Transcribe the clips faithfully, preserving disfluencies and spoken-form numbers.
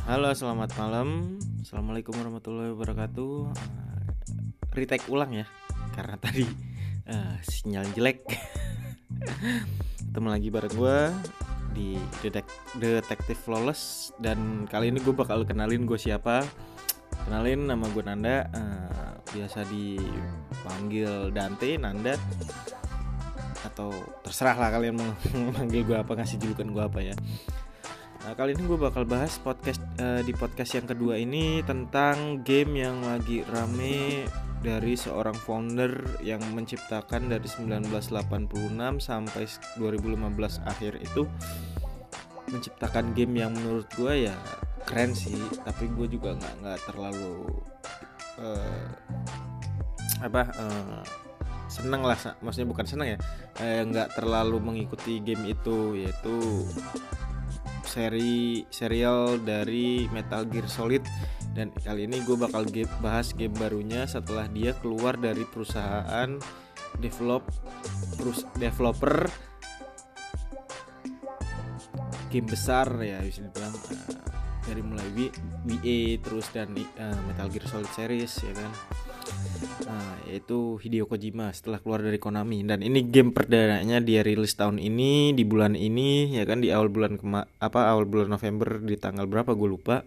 Halo, selamat malam. Assalamualaikum warahmatullahi wabarakatuh. Uh, retake ulang ya, karena tadi uh, sinyal jelek. Ketemu lagi bareng gue di Detek- Detective Flawless. Dan kali ini gue bakal kenalin gue siapa. Kenalin, nama gue Nanda. uh, Biasa dipanggil Dante, Nanda, atau terserah lah kalian mau manggil gue apa, ngasih julukan gue apa ya. Nah, kali ini gue bakal bahas podcast uh, di podcast yang kedua ini tentang game yang lagi rame dari seorang founder yang menciptakan dari sembilan belas delapan puluh enam sampai dua ribu lima belas akhir itu, menciptakan game yang menurut gue ya keren sih, tapi gue juga nggak nggak terlalu uh, apa uh, seneng lah, maksudnya bukan seneng ya, nggak uh, terlalu mengikuti game itu, yaitu seri serial dari Metal Gear Solid. Dan kali ini gue bakal game, bahas game barunya setelah dia keluar dari perusahaan develop perus, developer game besar ya, bisa dibilang uh, dari mulai W A terus dan uh, Metal Gear Solid series ya kan, uh, yaitu Hideo Kojima setelah keluar dari Konami. Dan ini game perdananya dia rilis tahun ini, di bulan ini ya kan, di awal bulan kema- apa awal bulan November, di tanggal berapa gue lupa,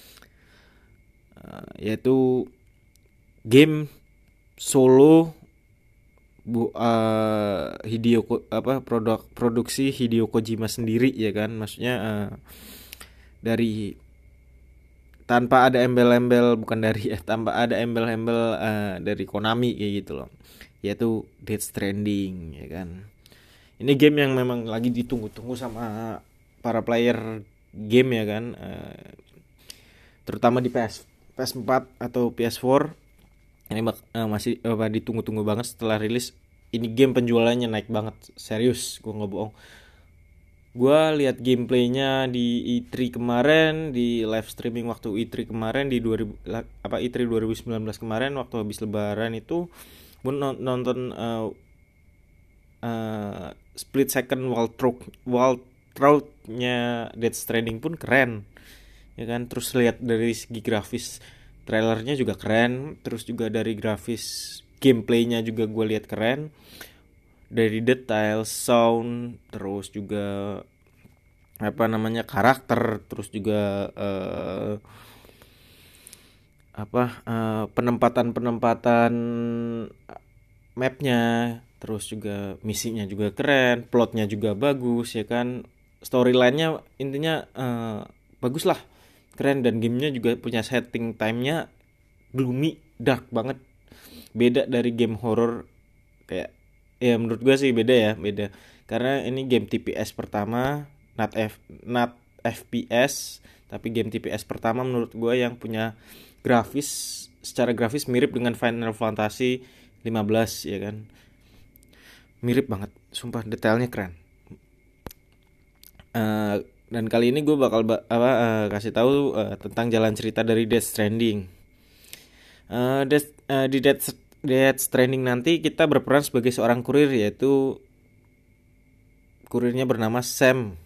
uh, yaitu game solo bu uh, Hideo apa produk produksi Hideo Kojima sendiri ya kan, maksudnya uh, dari tanpa ada embel-embel, bukan dari ya tanpa ada embel-embel uh, dari Konami kayak gitu loh, yaitu Death Stranding ya kan. Ini game yang memang lagi ditunggu-tunggu sama para player game ya kan, uh, terutama di P S P S empat atau P S empat. Ini uh, masih uh, ditunggu-tunggu banget setelah rilis. Ini game penjualannya naik banget, serius, gue nggak bohong. Gue lihat gameplaynya di E tiga kemarin, di live streaming waktu E tiga kemarin, di dua ribu apa E tiga dua ribu sembilan belas kemarin waktu habis lebaran itu, gue nonton uh, uh, split second wall throw wall throw-nya Death Stranding pun keren ya kan. Terus lihat dari segi grafis trailernya juga keren, terus juga dari grafis gameplaynya juga gue lihat keren, dari detail sound, terus juga apa namanya karakter, terus juga uh, apa uh, penempatan-penempatan mapnya, terus juga misinya juga keren, plotnya juga bagus ya kan, storyline-nya intinya uh, bagus lah, keren. Dan gamenya juga punya setting time-nya gloomy, dark banget, beda dari game horror kayak, ya menurut gue sih beda ya, beda karena ini game T P S pertama, not F not F P S, tapi game T P S pertama menurut gue yang punya grafis, secara grafis mirip dengan Final Fantasy lima belas ya kan, mirip banget, sumpah detailnya keren. Uh, dan kali ini gue bakal ba- apa uh, kasih tahu uh, tentang jalan cerita dari Death Stranding. Uh, Death, uh, di Death Death Stranding nanti kita berperan sebagai seorang kurir, yaitu kurirnya bernama Sam.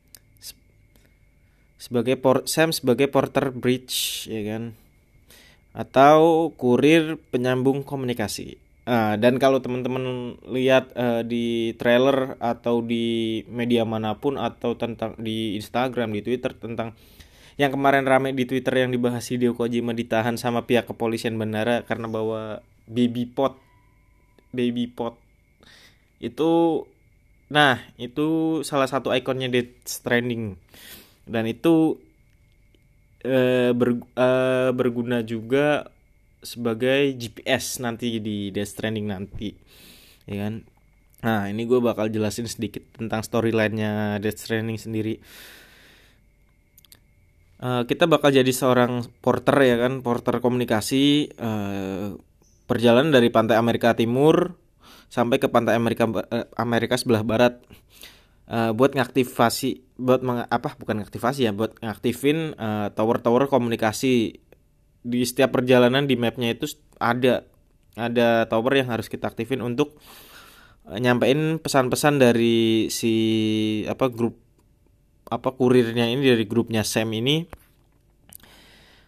Sebagai por- Sam sebagai porter bridge ya kan, atau kurir penyambung komunikasi. Uh, dan kalau teman-teman lihat uh, di trailer atau di media manapun atau tentang di Instagram, di Twitter, tentang yang kemarin rame di Twitter yang dibahas Hideo Kojima ditahan sama pihak kepolisian bandara karena bawa baby pot, baby pot itu, nah itu salah satu ikonnya Death Stranding. Dan itu e, ber, e, berguna juga sebagai G P S nanti di Death Stranding nanti ya kan. Nah ini gue bakal jelasin sedikit tentang storyline-nya Death Stranding sendiri. Uh, kita bakal jadi seorang porter ya kan, porter komunikasi, uh, perjalanan dari pantai Amerika Timur sampai ke pantai Amerika uh, Amerika sebelah barat, uh, buat ngaktifasi, buat meng, apa bukan ngaktifasi ya, buat ngaktifin uh, tower-tower komunikasi. Di setiap perjalanan di mapnya itu ada ada tower yang harus kita aktifin untuk uh, nyampein pesan-pesan dari si apa grup apa kurirnya ini, dari grupnya Sam ini,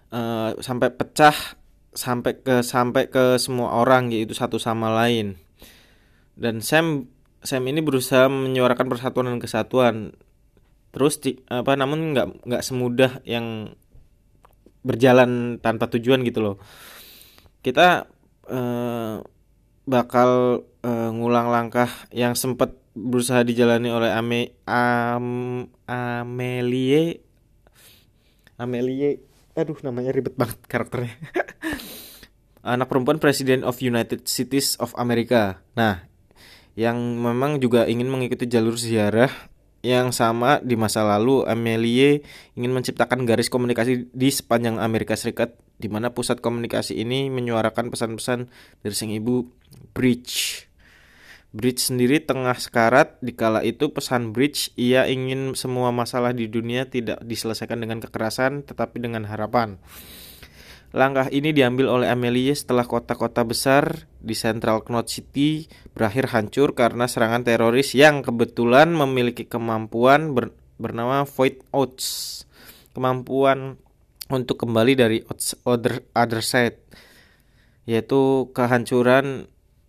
uh, sampai pecah, sampai ke sampai ke semua orang, yaitu satu sama lain. Dan Sam Sam ini berusaha menyuarakan persatuan dan kesatuan. Terus apa namun nggak nggak semudah yang berjalan tanpa tujuan gitu loh. Kita uh, bakal uh, ngulang langkah yang sempat berusaha dijalani oleh Ame, Am, Amelie Amelie aduh namanya ribet banget karakternya. Anak perempuan President of United Cities of America. Nah, yang memang juga ingin mengikuti jalur ziarah yang sama di masa lalu. Amelie ingin menciptakan garis komunikasi di sepanjang Amerika Serikat, di mana pusat komunikasi ini menyuarakan pesan-pesan dari sang ibu, Bridge. Bridge sendiri tengah sekarat. Di kala itu pesan Bridge, ia ingin semua masalah di dunia tidak diselesaikan dengan kekerasan, tetapi dengan harapan. Langkah ini diambil oleh Amelie setelah kota-kota besar di Central Knot City berakhir hancur karena serangan teroris yang kebetulan memiliki kemampuan ber- bernama Void Oats, kemampuan untuk kembali dari other, other side, yaitu kehancuran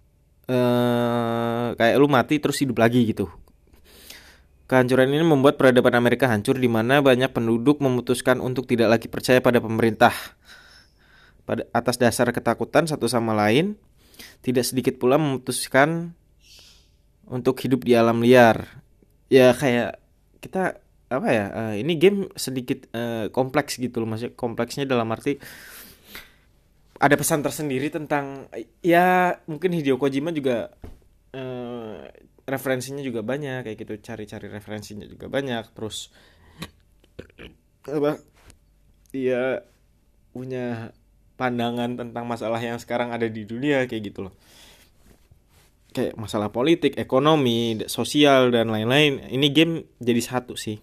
eh, kayak lu mati terus hidup lagi gitu. Kehancuran ini membuat peradaban Amerika hancur, di mana banyak penduduk memutuskan untuk tidak lagi percaya pada pemerintah. Pada atas dasar ketakutan satu sama lain, tidak sedikit pula memutuskan untuk hidup di alam liar. Ya kayak kita apa ya? Uh, ini game sedikit uh, kompleks gitu loh, maksudnya kompleksnya dalam arti ada pesan tersendiri tentang ya mungkin Hideo Kojima juga uh, referensinya juga banyak kayak gitu, cari-cari referensinya juga banyak, terus apa? Dia punya pandangan tentang masalah yang sekarang ada di dunia kayak gitu loh, kayak masalah politik, ekonomi, sosial dan lain-lain. Ini game jadi satu sih.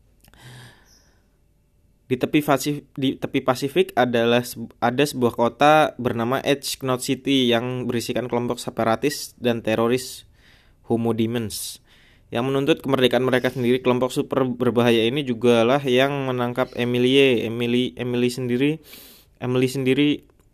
Di tepi Pasifik, di tepi Pasifik adalah ada sebuah kota bernama Edge Knot City yang berisikan kelompok separatis dan teroris Homo Demens yang menuntut kemerdekaan mereka sendiri. Kelompok super berbahaya ini juga lah yang menangkap Emilie. Emily Emily sendiri Emily sendiri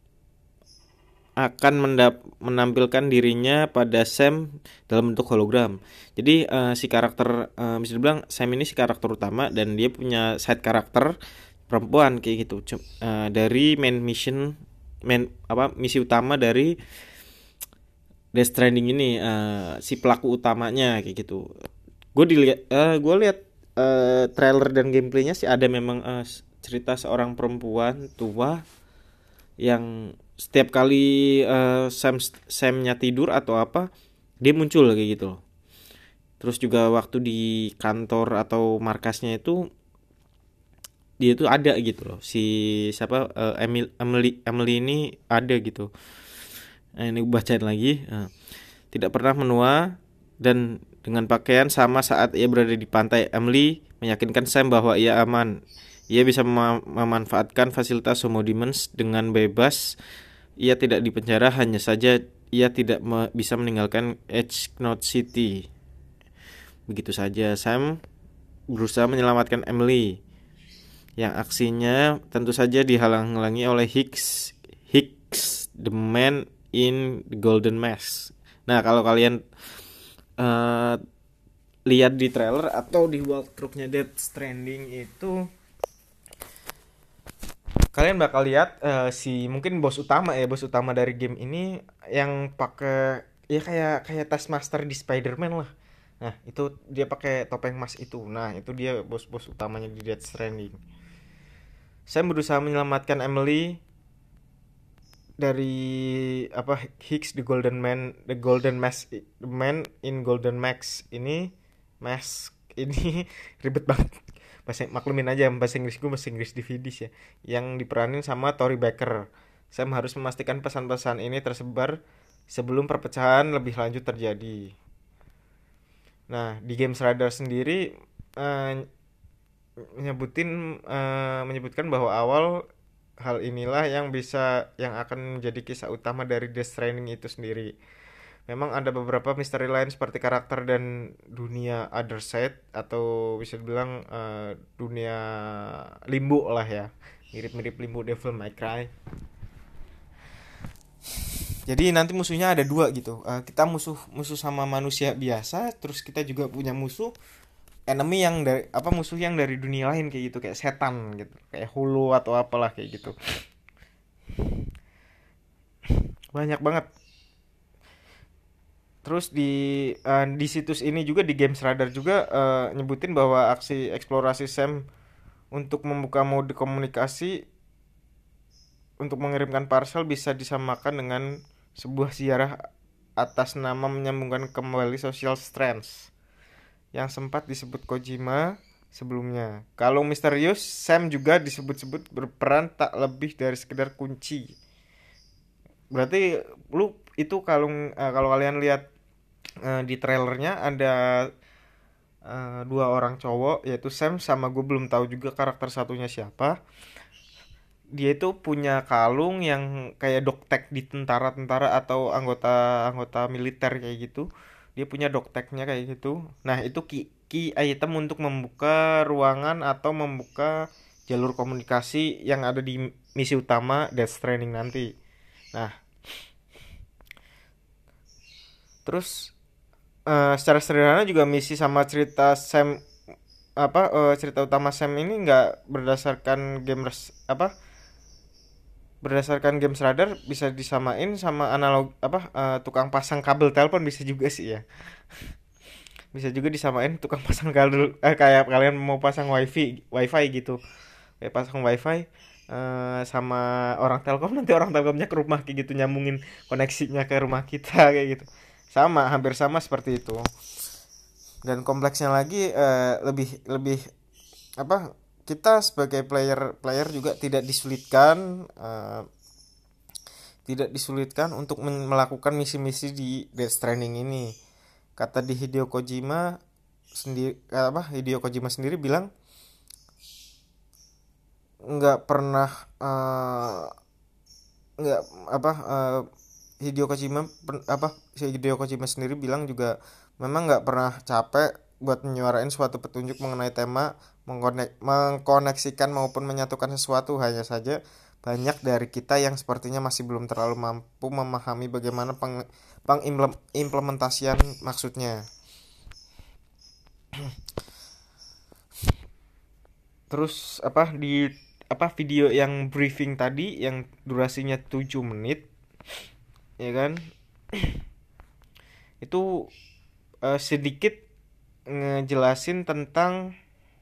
akan mendap- menampilkan dirinya pada Sam dalam bentuk hologram. Jadi uh, si karakter uh, bisa dibilang Sam ini si karakter utama dan dia punya side karakter perempuan kayak gitu. Uh, dari main mission main apa misi utama dari Death Stranding ini, uh, si pelaku utamanya kayak gitu. Gue dilihat uh, gue lihat uh, trailer dan gameplaynya sih ada memang uh, cerita seorang perempuan tua yang setiap kali uh, Sam Samnya tidur atau apa dia muncul kayak gitu loh. Terus juga waktu di kantor atau markasnya itu dia tuh ada gitu loh. Si siapa uh, Emily, Emily Emily ini ada gitu. Nah, ini bacain lagi. Uh, tidak pernah menua dan dengan pakaian sama saat ia berada di pantai. Emily meyakinkan Sam bahwa ia aman. Ia bisa mem- memanfaatkan fasilitas Homo Demens dengan bebas. Ia tidak dipenjara, hanya saja ia tidak me- bisa meninggalkan Edge Knot City. Begitu saja Sam berusaha menyelamatkan Emily, yang aksinya tentu saja dihalang-halangi oleh Hicks, Hicks, the man in the golden mask. Nah, kalau kalian uh, lihat di trailer atau di walkthrough-nya Death Stranding itu, kalian bakal lihat uh, si mungkin bos utama ya, bos utama dari game ini yang pakai ya kayak kayak Taskmaster di Spider-Man lah. Nah, itu dia pakai topeng emas itu. Nah, itu dia bos-bos utamanya di Death Stranding. Saya berusaha menyelamatkan Emily dari apa Hicks the Golden Man, the Golden Mask, the man in Golden Mask ini, mask ini ribet banget. Bahasa maklumin aja bahasa Inggris gue bahasa Inggris D V D ya, yang diperanin sama Tori Baker. Sam harus memastikan pesan-pesan ini tersebar sebelum perpecahan lebih lanjut terjadi. Nah, di Games Radar sendiri uh, menyebutin uh, menyebutkan bahwa awal hal inilah yang bisa yang akan menjadi kisah utama dari Death Stranding itu sendiri. Memang ada beberapa misteri lain seperti karakter dan dunia other side atau bisa dibilang uh, dunia limbo lah ya. mirip-mirip Limbo Devil May Cry. Jadi nanti musuhnya ada dua gitu. Uh, kita musuh musuh sama manusia biasa, terus kita juga punya musuh enemy yang dari apa musuh yang dari dunia lain kayak gitu, kayak setan gitu, kayak hulu atau apalah kayak gitu. Banyak banget. Terus di uh, di situs ini juga di Games Radar juga uh, nyebutin bahwa aksi eksplorasi Sam untuk membuka mode komunikasi untuk mengirimkan parcel bisa disamakan dengan sebuah ziarah atas nama menyambungkan kembali Social Strands yang sempat disebut Kojima sebelumnya. Kalung misterius Sam juga disebut-sebut berperan tak lebih dari sekedar kunci. Berarti lu itu kalung uh, kalau kalian lihat uh, di trailernya ada uh, dua orang cowok yaitu Sam sama gue belum tahu juga karakter satunya siapa. Dia itu punya kalung yang kayak doktek di tentara-tentara atau anggota-anggota militer kayak gitu. Dia punya dokteknya kayak gitu. Nah, itu key, key item untuk membuka ruangan atau membuka jalur komunikasi yang ada di misi utama Death Stranding nanti. Nah, terus uh, secara sederhana juga misi sama cerita Sam apa uh, cerita utama Sam ini nggak berdasarkan game res, apa berdasarkan Games Radar bisa disamain sama analog apa uh, tukang pasang kabel telepon bisa juga sih ya. Bisa juga disamain tukang pasang kabel eh, kayak kalian mau pasang wifi wifi gitu, kayak pasang wifi uh, sama orang Telkom, nanti orang Telkomnya ke rumah kayak gitu, nyambungin koneksinya ke rumah kita kayak gitu. Sama, hampir sama seperti itu. Dan kompleksnya lagi uh, lebih lebih apa kita sebagai player player juga tidak disulitkan uh, tidak disulitkan untuk men- melakukan misi-misi di Death Stranding ini. Kata di Hideo Kojima sendiri apa Hideo Kojima sendiri bilang nggak pernah uh, nggak apa uh, Hideo Kojima apa Hideo Kojima sendiri bilang juga memang nggak pernah capek buat menyuarain suatu petunjuk mengenai tema, mengkonek, mengkoneksikan maupun menyatukan sesuatu. Hanya saja banyak dari kita yang sepertinya masih belum terlalu mampu memahami bagaimana peng, pengimplementasian maksudnya. Terus apa di apa video yang briefing tadi yang durasinya tujuh menit ya kan? Itu uh, sedikit ngejelasin tentang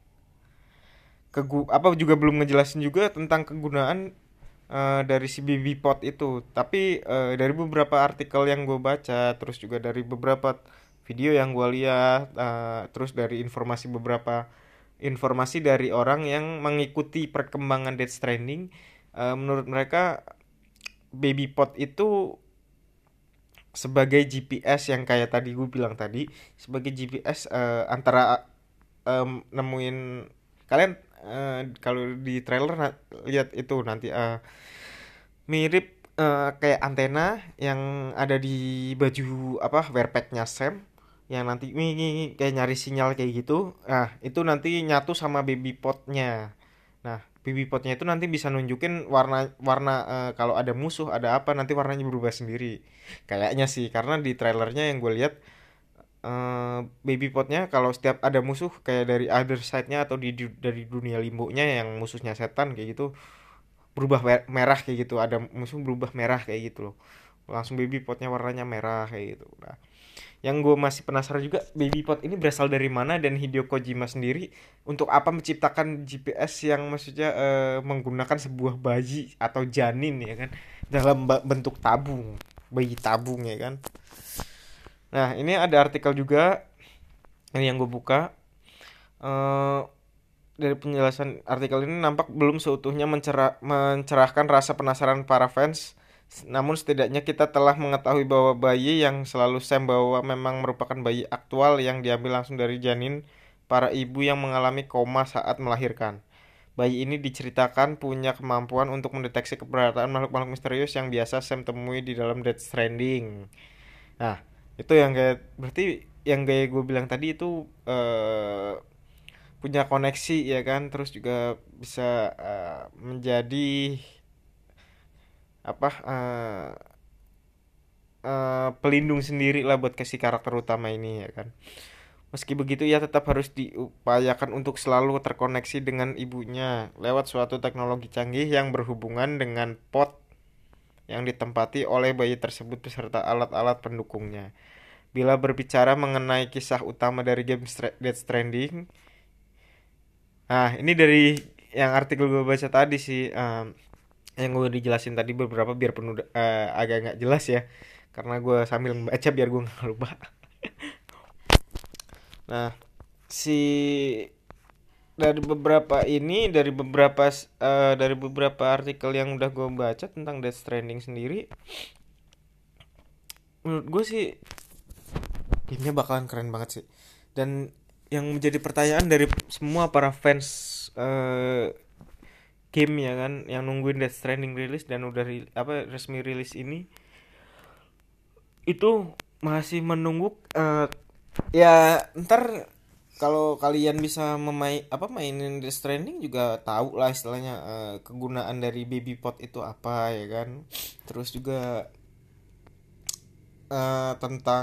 kegu apa juga belum ngejelasin juga tentang kegunaan uh, dari si baby pot itu. Tapi uh, dari beberapa artikel yang gue baca, terus juga dari beberapa video yang gue lihat, uh, terus dari informasi beberapa informasi dari orang yang mengikuti perkembangan Death Stranding, uh, menurut mereka baby pot itu sebagai G P S yang kayak tadi gue bilang tadi, sebagai G P S uh, antara um, nemuin kalian uh, kalau di trailer na- lihat itu nanti uh, mirip uh, kayak antena yang ada di baju apa wearpacknya Sam yang nanti ini kayak nyari sinyal kayak gitu. Nah, itu nanti nyatu sama baby potnya. Nah, baby potnya itu nanti bisa nunjukin warna warna uh, kalau ada musuh ada apa nanti warnanya berubah sendiri. Kayaknya sih karena di trailernya yang gue lihat uh, baby potnya kalau setiap ada musuh kayak dari other side-nya atau di, di dari dunia limbonya yang musuhnya setan kayak gitu berubah merah kayak gitu, ada musuh berubah merah kayak gitu loh, langsung baby potnya warnanya merah kayak gitu. Nah, yang gue masih penasaran juga baby pot ini berasal dari mana dan Hideo Kojima sendiri untuk apa menciptakan G P S yang maksudnya uh, menggunakan sebuah bayi atau janin ya kan dalam bentuk tabung, bayi tabung ya kan. Nah, ini ada artikel juga ini yang gue buka. Uh, dari penjelasan artikel ini nampak belum seutuhnya mencerah, mencerahkan rasa penasaran para fans. Namun setidaknya kita telah mengetahui bahwa bayi yang selalu Sam bawa memang merupakan bayi aktual yang diambil langsung dari janin para ibu yang mengalami koma saat melahirkan. Bayi ini diceritakan punya kemampuan untuk mendeteksi keberadaan makhluk-makhluk misterius yang biasa Sam temui di dalam Death Stranding. Nah, itu yang kayak berarti yang kayak gue bilang tadi itu uh, punya koneksi ya kan, terus juga bisa uh, menjadi apa uh, uh, pelindung sendiri lah buat kasih karakter utama ini ya kan. Meski begitu ia tetap harus diupayakan untuk selalu terkoneksi dengan ibunya lewat suatu teknologi canggih yang berhubungan dengan pot yang ditempati oleh bayi tersebut beserta alat-alat pendukungnya. Bila berbicara mengenai kisah utama dari game Death Stranding, nah ini dari yang artikel gue baca tadi sih, um, yang gue dijelasin tadi beberapa biar penuh uh, agak nggak jelas ya, karena gue sambil membaca biar gue nggak lupa. Nah, si dari beberapa ini dari beberapa uh, dari beberapa artikel yang udah gue baca tentang Death Stranding sendiri, menurut gue sih gamenya bakalan keren banget sih. Dan yang menjadi pertanyaan dari semua para fans uh, game ya kan, yang nungguin Death Stranding rilis dan udah ri- apa resmi rilis ini, itu masih menunggu uh, ya ntar kalau kalian bisa memain apa mainin Death Stranding juga tahu lah istilahnya uh, kegunaan dari baby pot itu apa ya kan. Terus juga uh, tentang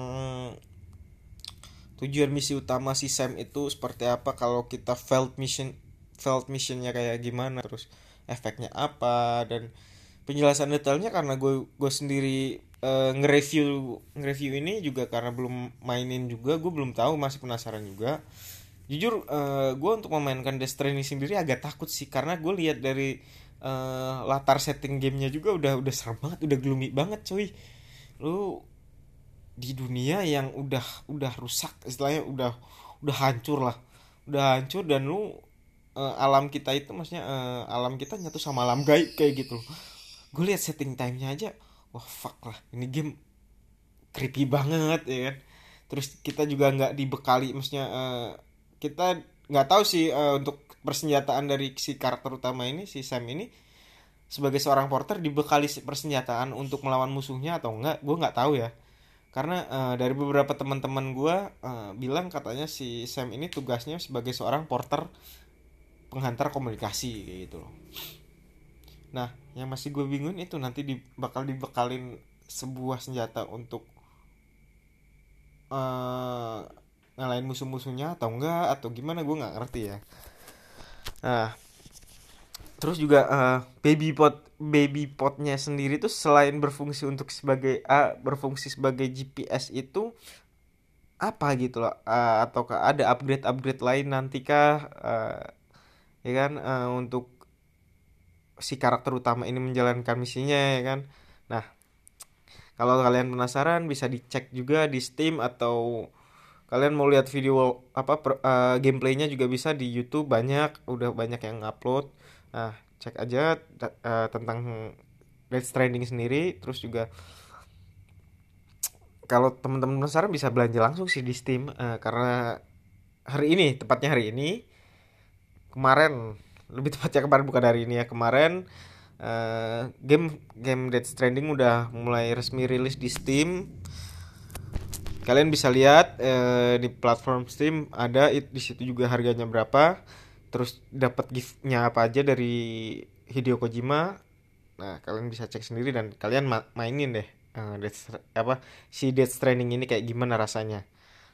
tujuan misi utama si Sam itu seperti apa kalau kita failed mission failed missionnya kayak gimana, terus efeknya apa, dan penjelasan detailnya karena gue gue sendiri uh, nge-review nge-review ini juga karena belum mainin juga, gue belum tahu, masih penasaran juga. Jujur uh, gue untuk memainkan Death Stranding sendiri agak takut sih, karena gue lihat dari uh, latar setting gamenya juga udah udah serem banget, udah gloomy banget coy. Lu di dunia yang udah udah rusak istilahnya, udah udah hancur lah, udah hancur, dan lu uh, alam kita itu maksudnya uh, alam kita nyatu sama alam gaib kayak gitu. Gue lihat setting time-nya aja, wah fuck lah, ini game creepy banget ya kan. Terus kita juga nggak dibekali, maksudnya uh, kita nggak tahu sih uh, untuk persenjataan dari si karakter utama ini, si Sam ini sebagai seorang porter dibekali persenjataan untuk melawan musuhnya atau enggak, gue nggak tahu ya. Karena uh, dari beberapa teman-teman gue uh, bilang katanya si Sam ini tugasnya sebagai seorang porter penghantar komunikasi kayak gitu loh. Nah, yang masih gue bingung itu nanti di, bakal dibekalin sebuah senjata untuk uh, ngalahin musuh-musuhnya atau enggak, atau gimana, gue nggak ngerti ya. Nah, terus juga uh, baby pot baby potnya sendiri tuh selain berfungsi untuk sebagai uh, berfungsi sebagai G P S itu apa gitu loh, uh, ataukah ada upgrade upgrade lain nantikah uh, ya kan, uh, untuk si karakter utama ini menjalankan misinya ya kan. Nah, kalau kalian penasaran bisa dicek juga di Steam, atau kalian mau lihat video apa per, uh, gameplaynya juga bisa di YouTube, banyak, udah banyak yang upload. Nah, cek aja uh, tentang Death Stranding sendiri. Terus juga kalau teman-teman penasaran bisa belanja langsung sih di Steam, uh, karena hari ini, tepatnya hari ini, kemarin, lebih tepatnya kemarin bukan hari ini ya, kemarin uh, game game Death Stranding udah mulai resmi rilis di Steam. Kalian bisa lihat uh, di platform Steam ada it, di situ juga harganya berapa, terus dapat giftnya apa aja dari Hideo Kojima. Nah, kalian bisa cek sendiri dan kalian ma- mainin deh uh, Death, apa si Death Stranding ini kayak gimana rasanya.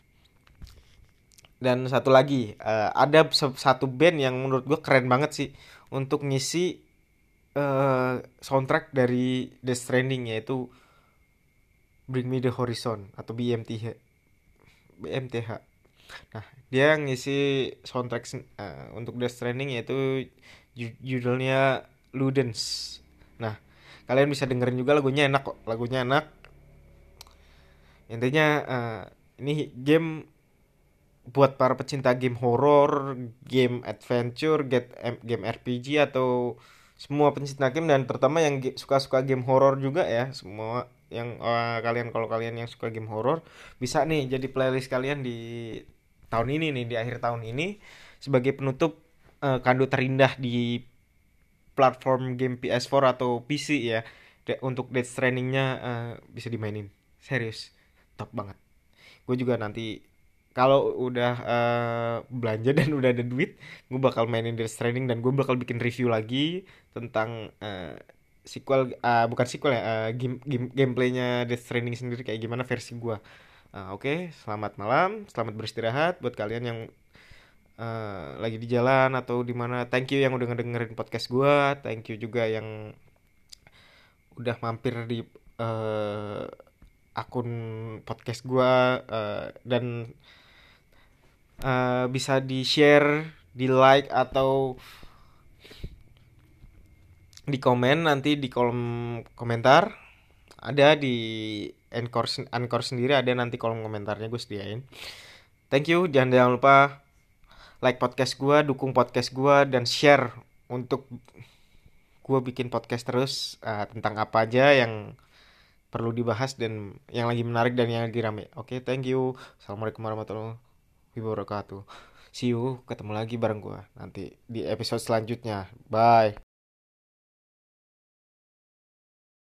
Dan satu lagi, uh, ada satu band yang menurut gue keren banget sih untuk ngisi uh, soundtrack dari Death Stranding, yaitu Bring Me The Horizon atau B M T H. B M T H. Nah, dia ngisi soundtrack uh, untuk Death Stranding, yaitu judulnya Ludens. Nah, kalian bisa dengerin juga, lagunya enak kok, lagunya enak. Intinya uh, ini game buat para pecinta game horror, game adventure, game R P G, atau semua pencinta game, dan terutama yang suka-suka game horror juga ya. Semua yang uh, kalian kalau kalian yang suka game horror bisa nih jadi playlist kalian di tahun ini nih, di akhir tahun ini, sebagai penutup uh, kado terindah di platform game P S four atau P C ya. De- untuk Death Stranding-nya uh, bisa dimainin. Serius, top banget. Gue juga nanti kalau udah uh, belanja dan udah ada duit, gue bakal mainin Death Stranding dan gue bakal bikin review lagi tentang uh, sequel, uh, bukan sequel ya, uh, game, game gameplaynya Death Stranding sendiri kayak gimana versi gue. Uh, Oke, okay, selamat malam, selamat beristirahat buat kalian yang uh, lagi di jalan atau di mana. Thank you yang udah ngedengerin podcast gue, thank you juga yang udah mampir di uh, akun podcast gue, uh, dan uh, bisa di share, di like atau di komen nanti di kolom komentar. Ada di Anchor, Anchor sendiri ada nanti kolom komentarnya gue sediain. Thank you, jangan jangan lupa like podcast gue, dukung podcast gue, dan share untuk gue bikin podcast terus uh, tentang apa aja yang perlu dibahas dan yang lagi menarik dan yang lagi rame. Oke, okay, thank you. Assalamualaikum warahmatullahi wabarakatuh. See you, ketemu lagi bareng gue nanti di episode selanjutnya. Bye.